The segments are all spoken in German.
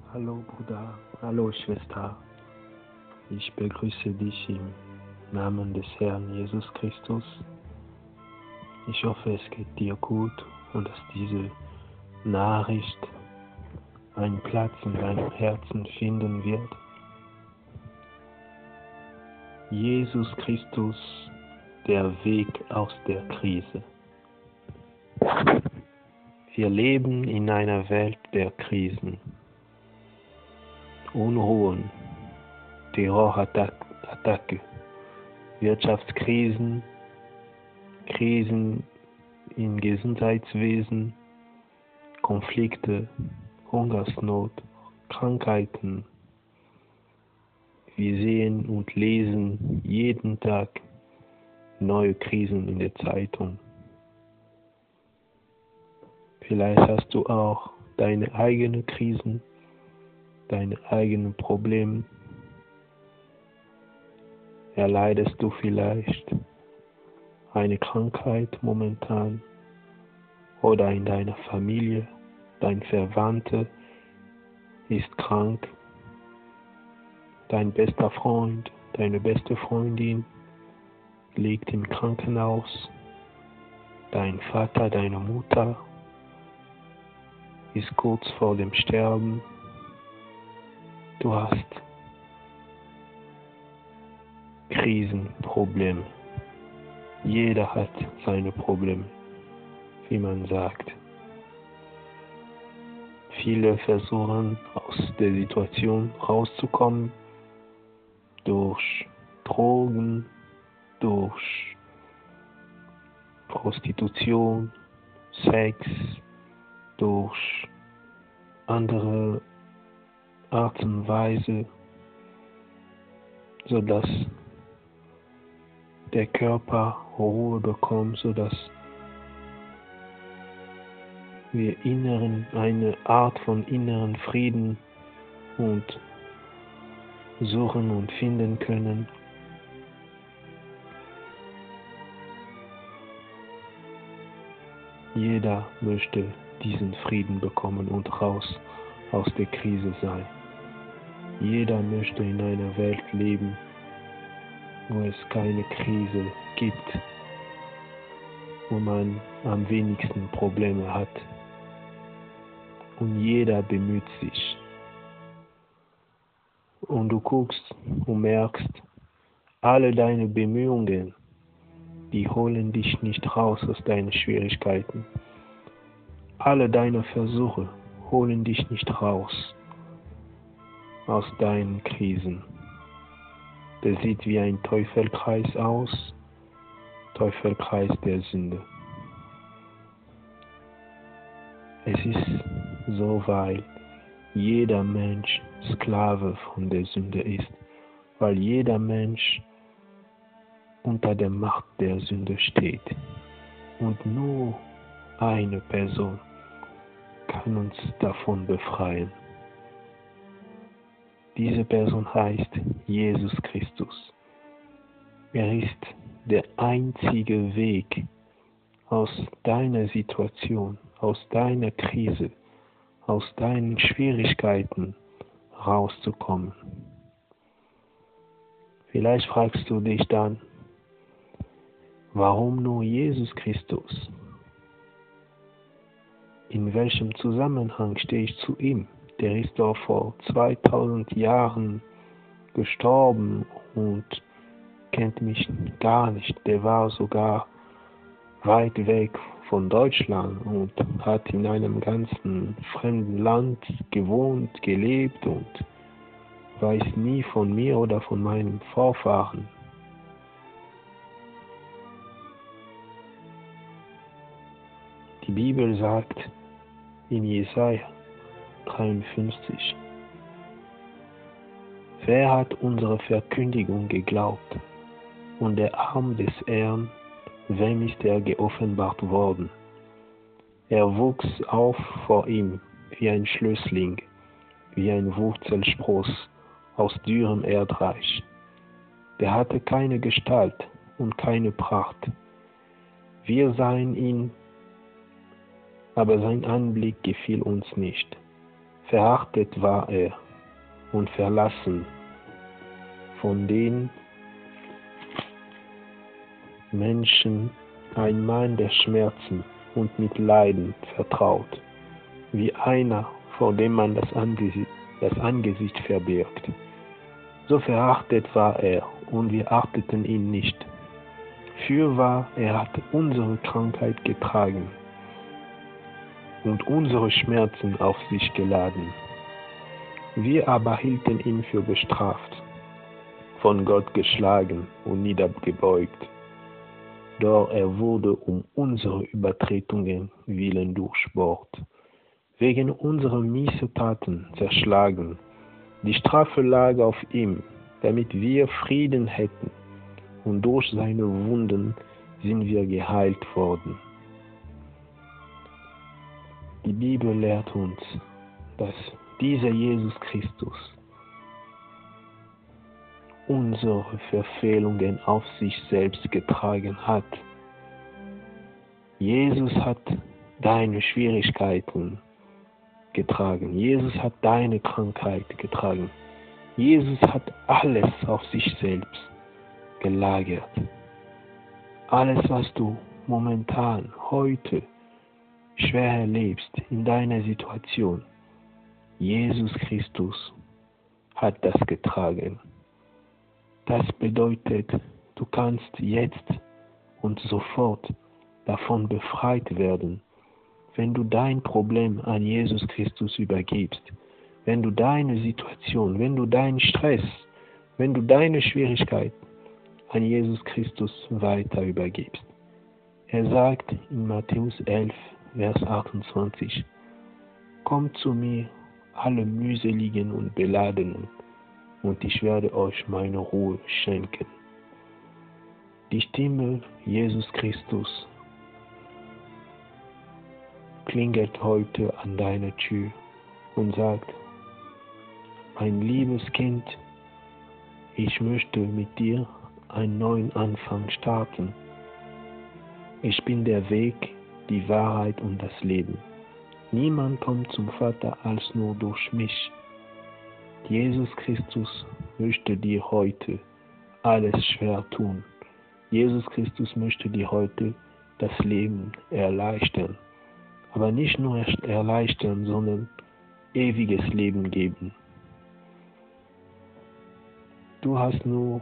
Hallo Bruder, hallo Schwester, ich begrüße dich im Namen des Herrn Jesus Christus. Ich hoffe, es geht dir gut und dass diese Nachricht einen Platz in deinem Herzen finden wird. Jesus Christus, der Weg aus der Krise. Wir leben in einer Welt der Krisen. Unruhen, Terrorattacke, Wirtschaftskrisen, Krisen im Gesundheitswesen, Konflikte, Hungersnot, Krankheiten. Wir sehen und lesen jeden Tag neue Krisen in der Zeitung. Vielleicht hast du auch deine eigenen Krisen, deine eigenen Probleme. Erleidest du vielleicht eine Krankheit momentan oder in deiner Familie, dein Verwandter ist krank, dein bester Freund, deine beste Freundin liegt im Krankenhaus, dein Vater, deine Mutter ist kurz vor dem Sterben. Du hast Krisenprobleme. Jeder hat seine Probleme, wie man sagt. Viele versuchen aus der Situation rauszukommen durch Drogen, durch Prostitution, Sex, durch andere Art und Weise, sodass der Körper Ruhe bekommt, sodass wir eine Art von inneren Frieden und suchen und finden können. Jeder möchte diesen Frieden bekommen und raus aus der Krise sein. Jeder möchte in einer Welt leben, wo es keine Krise gibt, wo man am wenigsten Probleme hat. Und jeder bemüht sich. Und du guckst und merkst, alle deine Bemühungen, die holen dich nicht raus aus deinen Schwierigkeiten. Alle deine Versuche holen dich nicht raus aus deinen Krisen. Das sieht wie ein Teufelskreis aus, Teufelskreis der Sünde. Es ist so, weil jeder Mensch Sklave von der Sünde ist, weil jeder Mensch unter der Macht der Sünde steht. Und nur eine Person kann uns davon befreien. Diese Person heißt Jesus Christus. Er ist der einzige Weg aus deiner Situation, aus deiner Krise, aus deinen Schwierigkeiten rauszukommen. Vielleicht fragst du dich dann, warum nur Jesus Christus? In welchem Zusammenhang stehe ich zu ihm? Der ist doch vor 2000 Jahren gestorben und kennt mich gar nicht. Der war sogar weit weg von Deutschland und hat in einem ganzen fremden Land gewohnt, gelebt und weiß nie von mir oder von meinen Vorfahren. Die Bibel sagt in Jesaja 53, wer hat unsere Verkündigung geglaubt? Und der Arm des Herrn, wem ist er geoffenbart worden? Er wuchs auf vor ihm wie ein Schlössling, wie ein Wurzelspross aus dürrem Erdreich. Der hatte keine Gestalt und keine Pracht. Wir sahen ihn, aber sein Anblick gefiel uns nicht. Verachtet war er und verlassen von den Menschen, ein Mann der Schmerzen und mit Leiden vertraut, wie einer, vor dem man das Angesicht verbirgt. So verachtet war er, und wir achteten ihn nicht. Fürwahr, er hat unsere Krankheit getragen und unsere Schmerzen auf sich geladen. Wir aber hielten ihn für bestraft, von Gott geschlagen und niedergebeugt. Doch er wurde um unsere Übertretungen willen durchbohrt, wegen unserer Missetaten zerschlagen. Die Strafe lag auf ihm, damit wir Frieden hätten, und durch seine Wunden sind wir geheilt worden. Die Bibel lehrt uns, dass dieser Jesus Christus unsere Verfehlungen auf sich selbst getragen hat. Jesus hat deine Schwierigkeiten getragen. Jesus hat deine Krankheit getragen. Jesus hat alles auf sich selbst gelagert. Alles, was du momentan, heute schwer erlebst in deiner Situation, Jesus Christus hat das getragen. Das bedeutet, du kannst jetzt und sofort davon befreit werden, wenn du dein Problem an Jesus Christus übergibst, wenn du deine Situation, wenn du deinen Stress, wenn du deine Schwierigkeit an Jesus Christus weiter übergibst. Er sagt in Matthäus 11, Vers 28, Kommt zu mir, alle mühseligen und beladenen, und ich werde euch meine Ruhe schenken. Die Stimme Jesus Christus klingelt heute an deiner Tür und sagt, mein liebes Kind, ich möchte mit dir einen neuen Anfang starten. Ich bin der Weg, die Wahrheit und das Leben. Niemand kommt zum Vater als nur durch mich. Jesus Christus möchte dir heute alles schwer tun. Jesus Christus möchte dir heute das Leben erleichtern. Aber nicht nur erleichtern, sondern ewiges Leben geben. Du hast nur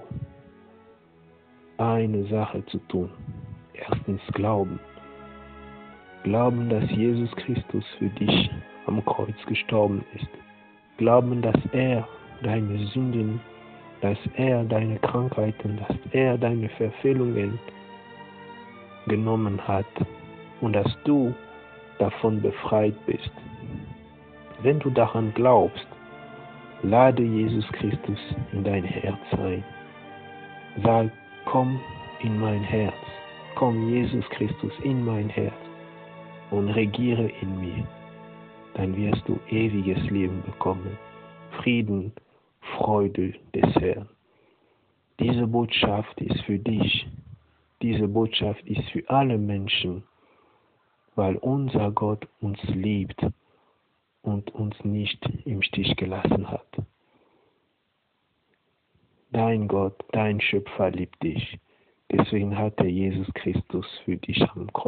eine Sache zu tun. Erstens Glauben. Glauben, dass Jesus Christus für dich am Kreuz gestorben ist. Glauben, dass er deine Sünden, dass er deine Krankheiten, dass er deine Verfehlungen genommen hat und dass du davon befreit bist. Wenn du daran glaubst, lade Jesus Christus in dein Herz ein. Sag, komm in mein Herz, komm Jesus Christus in mein Herz und regiere in mir. Dann wirst du ewiges Leben bekommen, Frieden, Freude des Herrn. Diese Botschaft ist für dich, diese Botschaft ist für alle Menschen, weil unser Gott uns liebt und uns nicht im Stich gelassen hat. Dein Gott, dein Schöpfer liebt dich. Deswegen hat er Jesus Christus für dich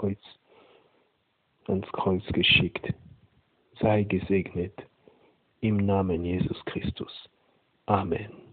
ans Kreuz geschickt. Sei gesegnet im Namen Jesus Christus. Amen.